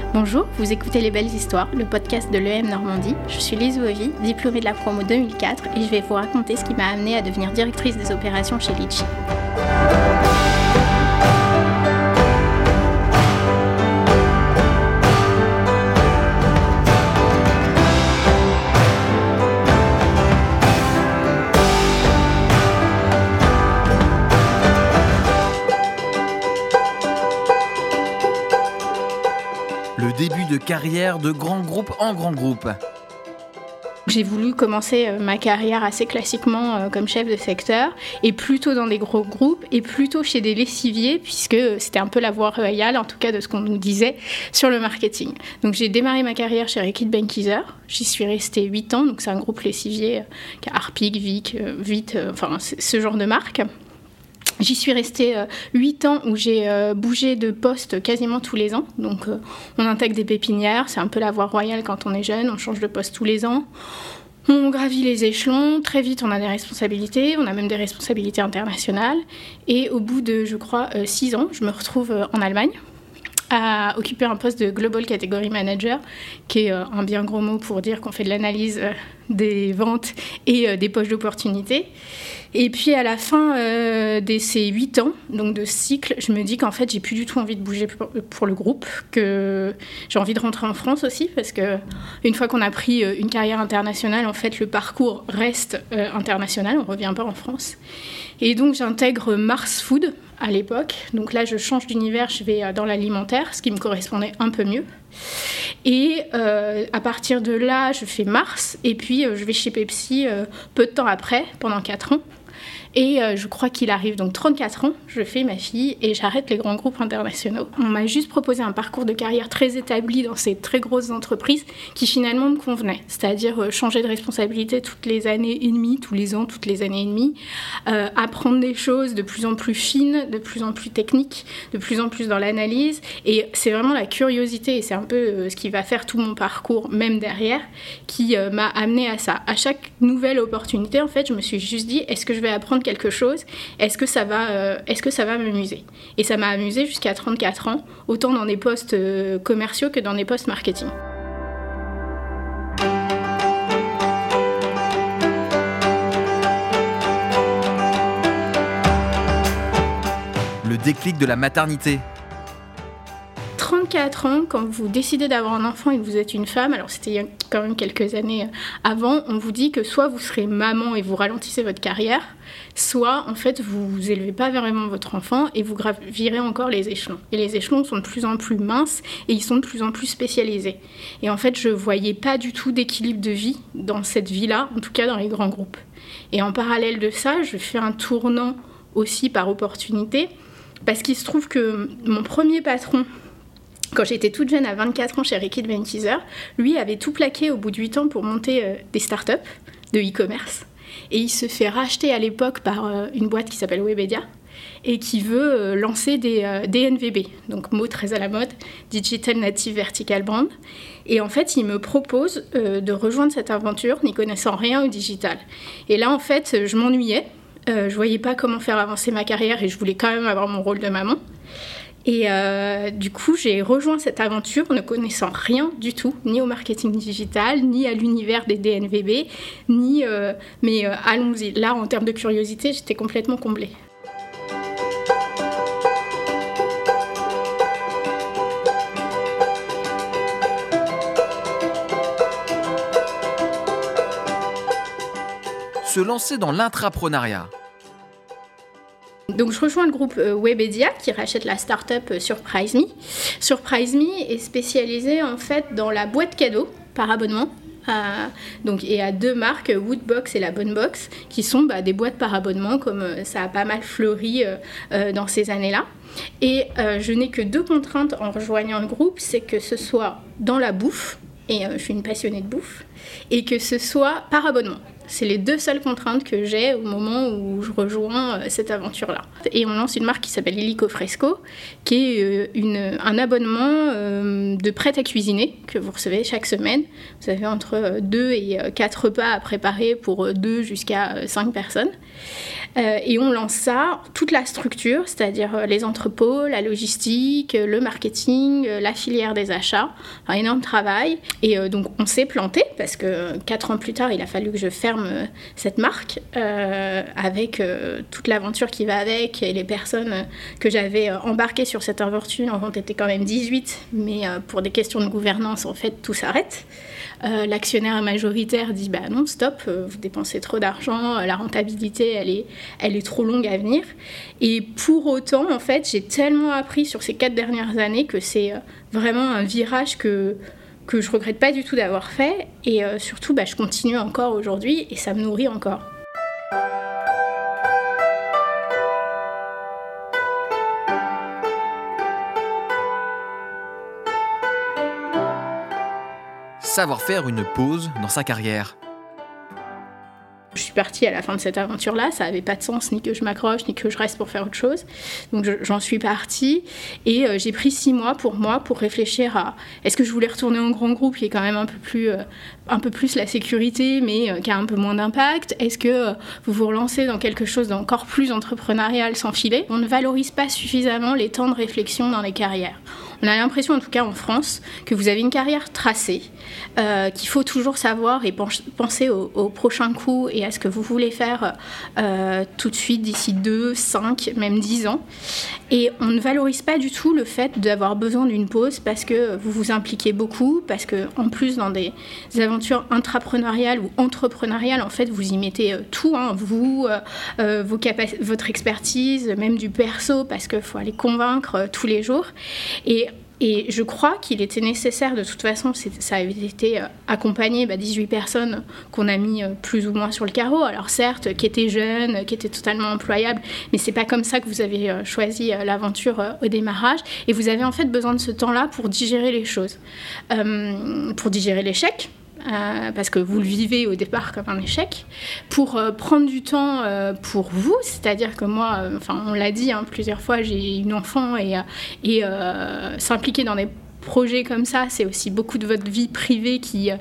Bonjour, vous écoutez Les Belles Histoires, le podcast de l'EM Normandie. Je suis Lise Wovy, diplômée de la promo 2004 et je vais vous raconter ce qui m'a amenée à devenir directrice des opérations chez Litchi. Le début de carrière de grand groupe en grand groupe. J'ai voulu commencer ma carrière assez classiquement comme chef de secteur et plutôt dans des gros groupes et plutôt chez des lessiviers puisque c'était un peu la voie royale, en tout cas de ce qu'on nous disait sur le marketing. Donc j'ai démarré ma carrière chez Reckitt Benckiser. J'y suis restée 8 ans, donc c'est un groupe lessivier qui a Harpic, Vic, Vite, enfin ce genre de marque. J'y suis restée 8 ans où j'ai bougé de poste quasiment tous les ans. Donc on intègre des pépinières, c'est un peu la voie royale quand on est jeune, on change de poste tous les ans. On gravit les échelons, très vite on a des responsabilités, on a même des responsabilités internationales. Et au bout de, je crois, 6 ans, je me retrouve en Allemagne à occuper un poste de Global Category Manager, qui est un bien gros mot pour dire qu'on fait de l'analyse des ventes et des poches d'opportunités. Et puis à la fin de ces 8 ans, donc de cycle, je me dis qu'en fait j'ai plus du tout envie de bouger pour le groupe, que j'ai envie de rentrer en France aussi, parce qu'une fois qu'on a pris une carrière internationale, en fait le parcours reste international, on ne revient pas en France. Et donc j'intègre Mars Food à l'époque, donc là je change d'univers, je vais dans l'alimentaire, ce qui me correspondait un peu mieux. Et à partir de là, je fais Mars, et puis je vais chez Pepsi peu de temps après, pendant 4 ans. Et je crois qu'il arrive donc 34 ans, je fais ma fille et j'arrête les grands groupes internationaux. On m'a juste proposé un parcours de carrière très établi dans ces très grosses entreprises qui finalement me convenait. C'est-à-dire changer de responsabilité toutes les années et demie, tous les ans, toutes les années et demie, apprendre des choses de plus en plus fines, de plus en plus techniques, de plus en plus dans l'analyse. Et c'est vraiment la curiosité, et c'est un peu ce qui va faire tout mon parcours, même derrière, qui m'a amenée à ça. À chaque nouvelle opportunité, en fait, je me suis juste dit, est-ce que je vais apprendre quelque chose, est-ce que ça va m'amuser? Et ça m'a amusée jusqu'à 34 ans, autant dans des postes commerciaux que dans des postes marketing. Le déclic de la maternité. 34 ans, quand vous décidez d'avoir un enfant et que vous êtes une femme, alors c'était il y a quand même quelques années avant, on vous dit que soit vous serez maman et vous ralentissez votre carrière, soit en fait vous élevez pas vraiment votre enfant et vous gravirez encore les échelons. Et les échelons sont de plus en plus minces et ils sont de plus en plus spécialisés. Et en fait je voyais pas du tout d'équilibre de vie dans cette vie-là, en tout cas dans les grands groupes. Et en parallèle de ça, je fais un tournant aussi par opportunité, parce qu'il se trouve que mon premier patron, quand j'étais toute jeune, à 24 ans, chez Reckitt Benckiser, lui avait tout plaqué au bout de 8 ans pour monter des startups de e-commerce. Et il se fait racheter à l'époque par une boîte qui s'appelle Webedia et qui veut lancer des DNVB, donc mot très à la mode, Digital Native Vertical Brand. Et en fait, il me propose de rejoindre cette aventure, n'y connaissant rien au digital. Et là, en fait, je m'ennuyais. Je voyais pas comment faire avancer ma carrière et je voulais quand même avoir mon rôle de maman. Et du coup, j'ai rejoint cette aventure ne connaissant rien du tout, ni au marketing digital, ni à l'univers des DNVB, mais allons-y. Là, en termes de curiosité, j'étais complètement comblée. Se lancer dans l'intrapreneuriat. Donc je rejoins le groupe Webedia qui rachète la start-up SurpriseMe. SurpriseMe est spécialisé en fait dans la boîte cadeau par abonnement. Donc, et à 2 marques, Woodbox et la Bonne Box, qui sont des boîtes par abonnement, comme ça a pas mal fleuri dans ces années-là. Et je n'ai que 2 contraintes en rejoignant le groupe, c'est que ce soit dans la bouffe, et je suis une passionnée de bouffe, et que ce soit par abonnement. C'est les 2 seules contraintes que j'ai au moment où je rejoins cette aventure-là. Et on lance une marque qui s'appelle Illico Fresco, qui est un abonnement de prêt à cuisiner que vous recevez chaque semaine. Vous avez entre 2 et 4 repas à préparer pour 2 jusqu'à 5 personnes. Et on lance ça, toute la structure, c'est-à-dire les entrepôts, la logistique, le marketing, la filière des achats, un énorme travail. Et donc on s'est planté parce que 4 ans plus tard, il a fallu que je ferme cette marque avec toute l'aventure qui va avec et les personnes que j'avais embarquées sur cette aventure. On était quand même 18, mais pour des questions de gouvernance, en fait, tout s'arrête. L'actionnaire majoritaire dit non, stop, vous dépensez trop d'argent, la rentabilité elle est trop longue à venir. Et pour autant, en fait, j'ai tellement appris sur ces 4 dernières années que c'est vraiment un virage que je regrette pas du tout d'avoir fait. Et surtout, je continue encore aujourd'hui et ça me nourrit encore. Savoir faire une pause dans sa carrière. Je suis partie à la fin de cette aventure-là, ça n'avait pas de sens, ni que je m'accroche, ni que je reste pour faire autre chose. Donc j'en suis partie et j'ai pris 6 mois pour réfléchir à est-ce que je voulais retourner en grand groupe qui est quand même un peu plus la sécurité, mais qui a un peu moins d'impact. Est-ce que vous vous relancez dans quelque chose d'encore plus entrepreneurial sans filet ? On ne valorise pas suffisamment les temps de réflexion dans les carrières. On a l'impression, en tout cas en France, que vous avez une carrière tracée, qu'il faut toujours savoir et penser au prochain coup et à ce que vous voulez faire tout de suite d'ici 2, 5, même 10 ans. Et on ne valorise pas du tout le fait d'avoir besoin d'une pause parce que vous vous impliquez beaucoup, parce qu'en plus, dans des aventures intrapreneuriales ou entrepreneuriales, en fait, vous y mettez tout, vous, votre expertise, même du perso, parce qu'il faut aller convaincre tous les jours. Et je crois qu'il était nécessaire, de toute façon, ça avait été accompagné 18 personnes qu'on a mis plus ou moins sur le carreau. Alors certes, qui étaient jeunes, qui étaient totalement employables, mais c'est pas comme ça que vous avez choisi l'aventure au démarrage. Et vous avez en fait besoin de ce temps-là pour digérer les choses, pour digérer l'échec. Parce que vous le vivez au départ comme un échec, pour prendre du temps pour vous, c'est-à-dire que moi, on l'a dit plusieurs fois, j'ai une enfant et s'impliquer dans des projets comme ça, c'est aussi beaucoup de votre vie privée qui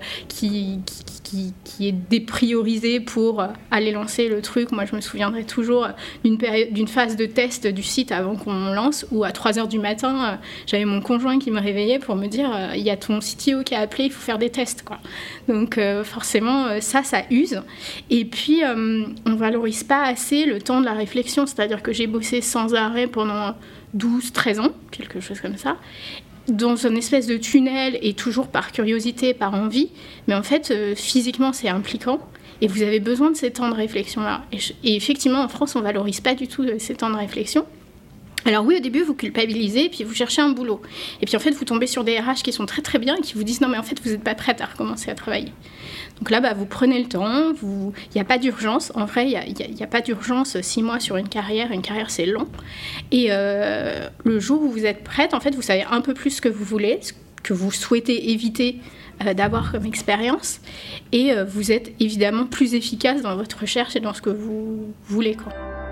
est dépriorisée pour aller lancer le truc. Moi, je me souviendrai toujours d'une phase de test du site avant qu'on lance, où à 3h du matin, j'avais mon conjoint qui me réveillait pour me dire il y a ton CTO qui a appelé, il faut faire des tests, quoi. Donc forcément, ça use. Et puis, on ne valorise pas assez le temps de la réflexion, c'est-à-dire que j'ai bossé sans arrêt pendant 12-13 ans, quelque chose comme ça, dans une espèce de tunnel et toujours par curiosité, par envie. Mais en fait, physiquement, c'est impliquant. Et vous avez besoin de ces temps de réflexion-là. Et effectivement, en France, on ne valorise pas du tout ces temps de réflexion. Alors oui, au début, vous culpabilisez, puis vous cherchez un boulot. Et puis en fait, vous tombez sur des RH qui sont très très bien et qui vous disent « Non, mais en fait, vous n'êtes pas prête à recommencer à travailler ». Donc là, vous prenez le temps, il n'y a pas d'urgence. En vrai, il n'y a pas d'urgence 6 mois sur une carrière, c'est long. Et le jour où vous êtes prête, en fait, vous savez un peu plus ce que vous voulez, ce que vous souhaitez éviter d'avoir comme expérience. Et vous êtes évidemment plus efficace dans votre recherche et dans ce que vous voulez, quoi.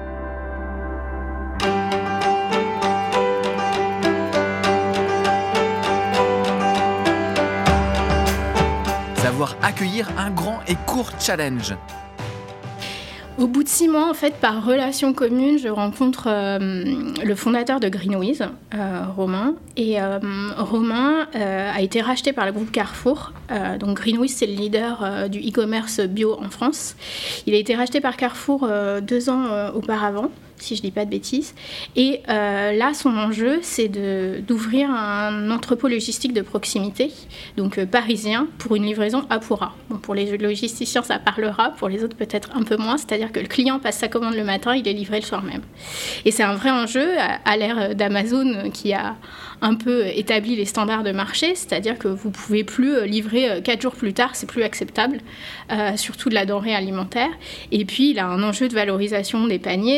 Savoir accueillir un grand et court challenge. Au bout de 6 mois, en fait, par relation commune, je rencontre le fondateur de Greenwiz, Romain. Et Romain a été racheté par le groupe Carrefour. Donc Greenwiz, c'est le leader du e-commerce bio en France. Il a été racheté par Carrefour 2 ans auparavant, si je ne dis pas de bêtises. Et là, son enjeu, c'est d'ouvrir un entrepôt logistique de proximité, donc parisien, pour une livraison à Pourra. Bon, pour les logisticiens, ça parlera, pour les autres, peut-être un peu moins. C'est-à-dire que le client passe sa commande le matin, il est livré le soir même. Et c'est un vrai enjeu à l'ère d'Amazon qui a un peu établi les standards de marché, c'est-à-dire que vous ne pouvez plus livrer 4 jours plus tard, c'est plus acceptable, surtout de la denrée alimentaire. Et puis, il a un enjeu de valorisation des paniers, parce que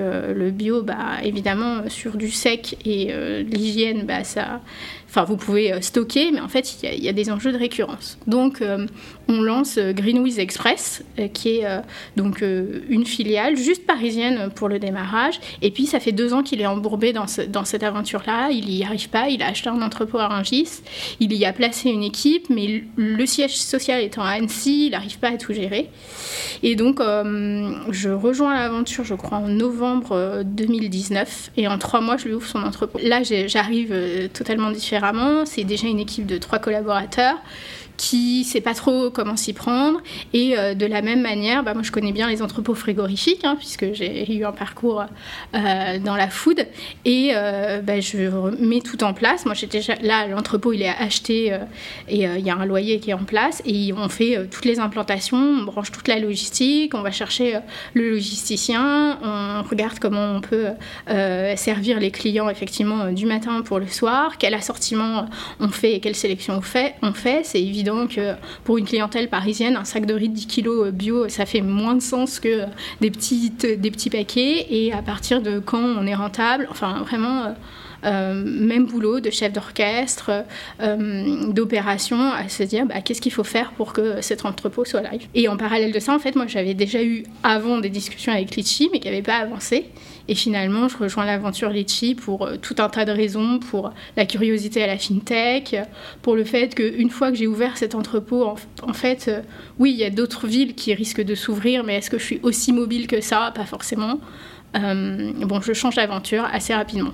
le bio, évidemment, sur du sec et l'hygiène, vous pouvez stocker, mais en fait, il y a des enjeux de récurrence. Donc, on lance Greenwiz Express, qui est donc une filiale juste parisienne pour le démarrage. Et puis, ça fait 2 ans qu'il est embourbé dans cette aventure-là. Il n'y arrive pas. Il a acheté un entrepôt à Rungis. Il y a placé une équipe, mais le siège social étant à Annecy, il n'arrive pas à tout gérer. Et donc, je rejoins l'aventure, je crois, en novembre 2019. Et en 3 mois, je lui ouvre son entrepôt. Là, j'arrive totalement différemment. C'est déjà une équipe de 3 collaborateurs qui ne sait pas trop comment s'y prendre. Et de la même manière, moi je connais bien les entrepôts frigorifiques, puisque j'ai eu un parcours dans la food. Et je mets tout en place. Moi, là, l'entrepôt, il est acheté et il y a un loyer qui est en place. Et on fait toutes les implantations, on branche toute la logistique, on va chercher le logisticien, on regarde comment on peut servir les clients, effectivement, du matin pour le soir, quel assortiment on fait et quelle sélection on fait. C'est évident que pour une clientèle parisienne, un sac de riz de 10 kg bio, ça fait moins de sens que des petits paquets. Et à partir de quand on est rentable, enfin vraiment même boulot de chef d'orchestre, d'opération, à se dire qu'est-ce qu'il faut faire pour que cet entrepôt soit live. Et en parallèle de ça, en fait, moi j'avais déjà eu avant des discussions avec Litchi, mais qui n'avaient pas avancé. Et finalement, je rejoins l'aventure Litchi pour tout un tas de raisons, pour la curiosité à la fintech, pour le fait qu'une fois que j'ai ouvert cet entrepôt, en fait, oui, il y a d'autres villes qui risquent de s'ouvrir, mais est-ce que je suis aussi mobile que ça ? Pas forcément. Je change d'aventure assez rapidement.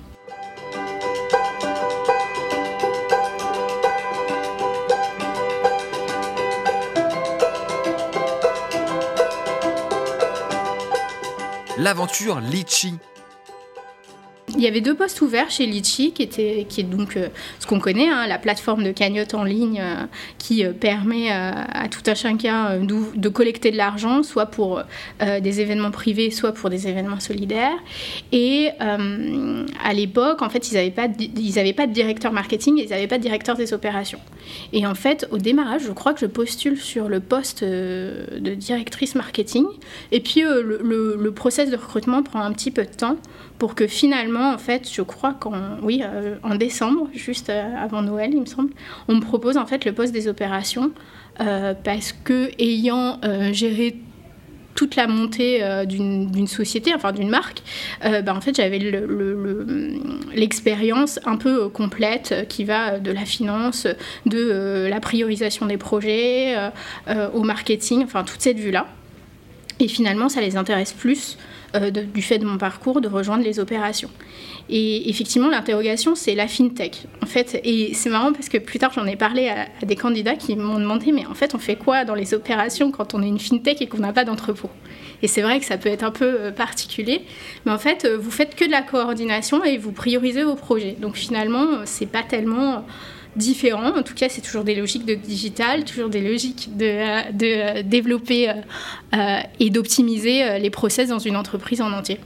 L'aventure Litchi. Il y avait 2 postes ouverts chez Litchi, qui est donc ce qu'on connaît, la plateforme de cagnotte en ligne qui permet à tout un chacun de collecter de l'argent, soit pour des événements privés, soit pour des événements solidaires. Et à l'époque, en fait, ils n'avaient pas de directeur marketing, ils n'avaient pas de directeur des opérations. Et en fait, au démarrage, je crois que je postule sur le poste de directrice marketing. Et puis, le process de recrutement prend un petit peu de temps pour que finalement, en fait, je crois en décembre, juste avant Noël, il me semble, on me propose en fait le poste des opérations parce que ayant géré toute la montée d'une société, enfin d'une marque, en fait j'avais l'expérience un peu complète qui va de la finance, de la priorisation des projets, au marketing, enfin toute cette vue-là. Et finalement, ça les intéresse plus du fait de mon parcours de rejoindre les opérations. Et effectivement, l'interrogation, c'est la fintech. En fait, et c'est marrant parce que plus tard, j'en ai parlé à des candidats qui m'ont demandé, mais en fait, on fait quoi dans les opérations quand on est une fintech et qu'on n'a pas d'entrepôt ? Et c'est vrai que ça peut être un peu particulier, mais en fait, vous faites que de la coordination et vous priorisez vos projets. Donc finalement, c'est pas tellement différent. En tout cas, c'est toujours des logiques de digital, toujours des logiques de développer et d'optimiser les process dans une entreprise en entier.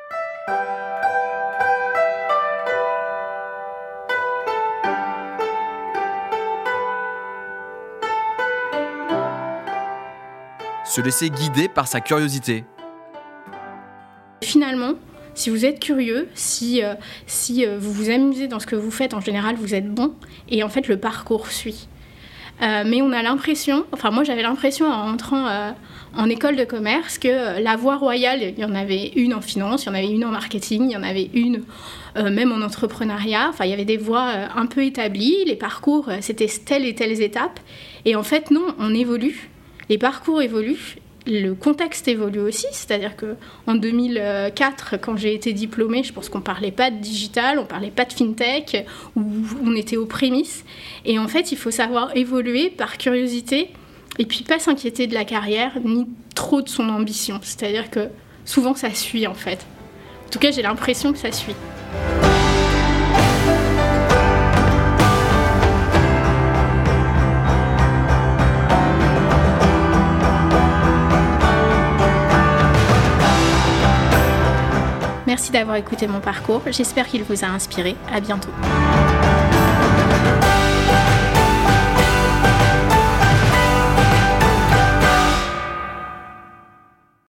Se laisser guider par sa curiosité. Finalement, si vous êtes curieux, si vous vous amusez dans ce que vous faites, en général, vous êtes bon. Et en fait, le parcours suit. Mais on a l'impression, enfin moi j'avais l'impression en entrant en école de commerce que la voie royale, il y en avait une en finance, il y en avait une en marketing, il y en avait une même en entrepreneuriat. Enfin, il y avait des voies un peu établies, les parcours, c'était telles et telles étapes. Et en fait, non, on évolue. Les parcours évoluent, le contexte évolue aussi, c'est-à-dire qu'en 2004, quand j'ai été diplômée, je pense qu'on ne parlait pas de digital, on ne parlait pas de fintech, où on était aux prémices. Et en fait, il faut savoir évoluer par curiosité et puis pas s'inquiéter de la carrière, ni trop de son ambition. C'est-à-dire que souvent, ça suit en fait. En tout cas, j'ai l'impression que ça suit. Merci d'avoir écouté mon parcours. J'espère qu'il vous a inspiré. À bientôt.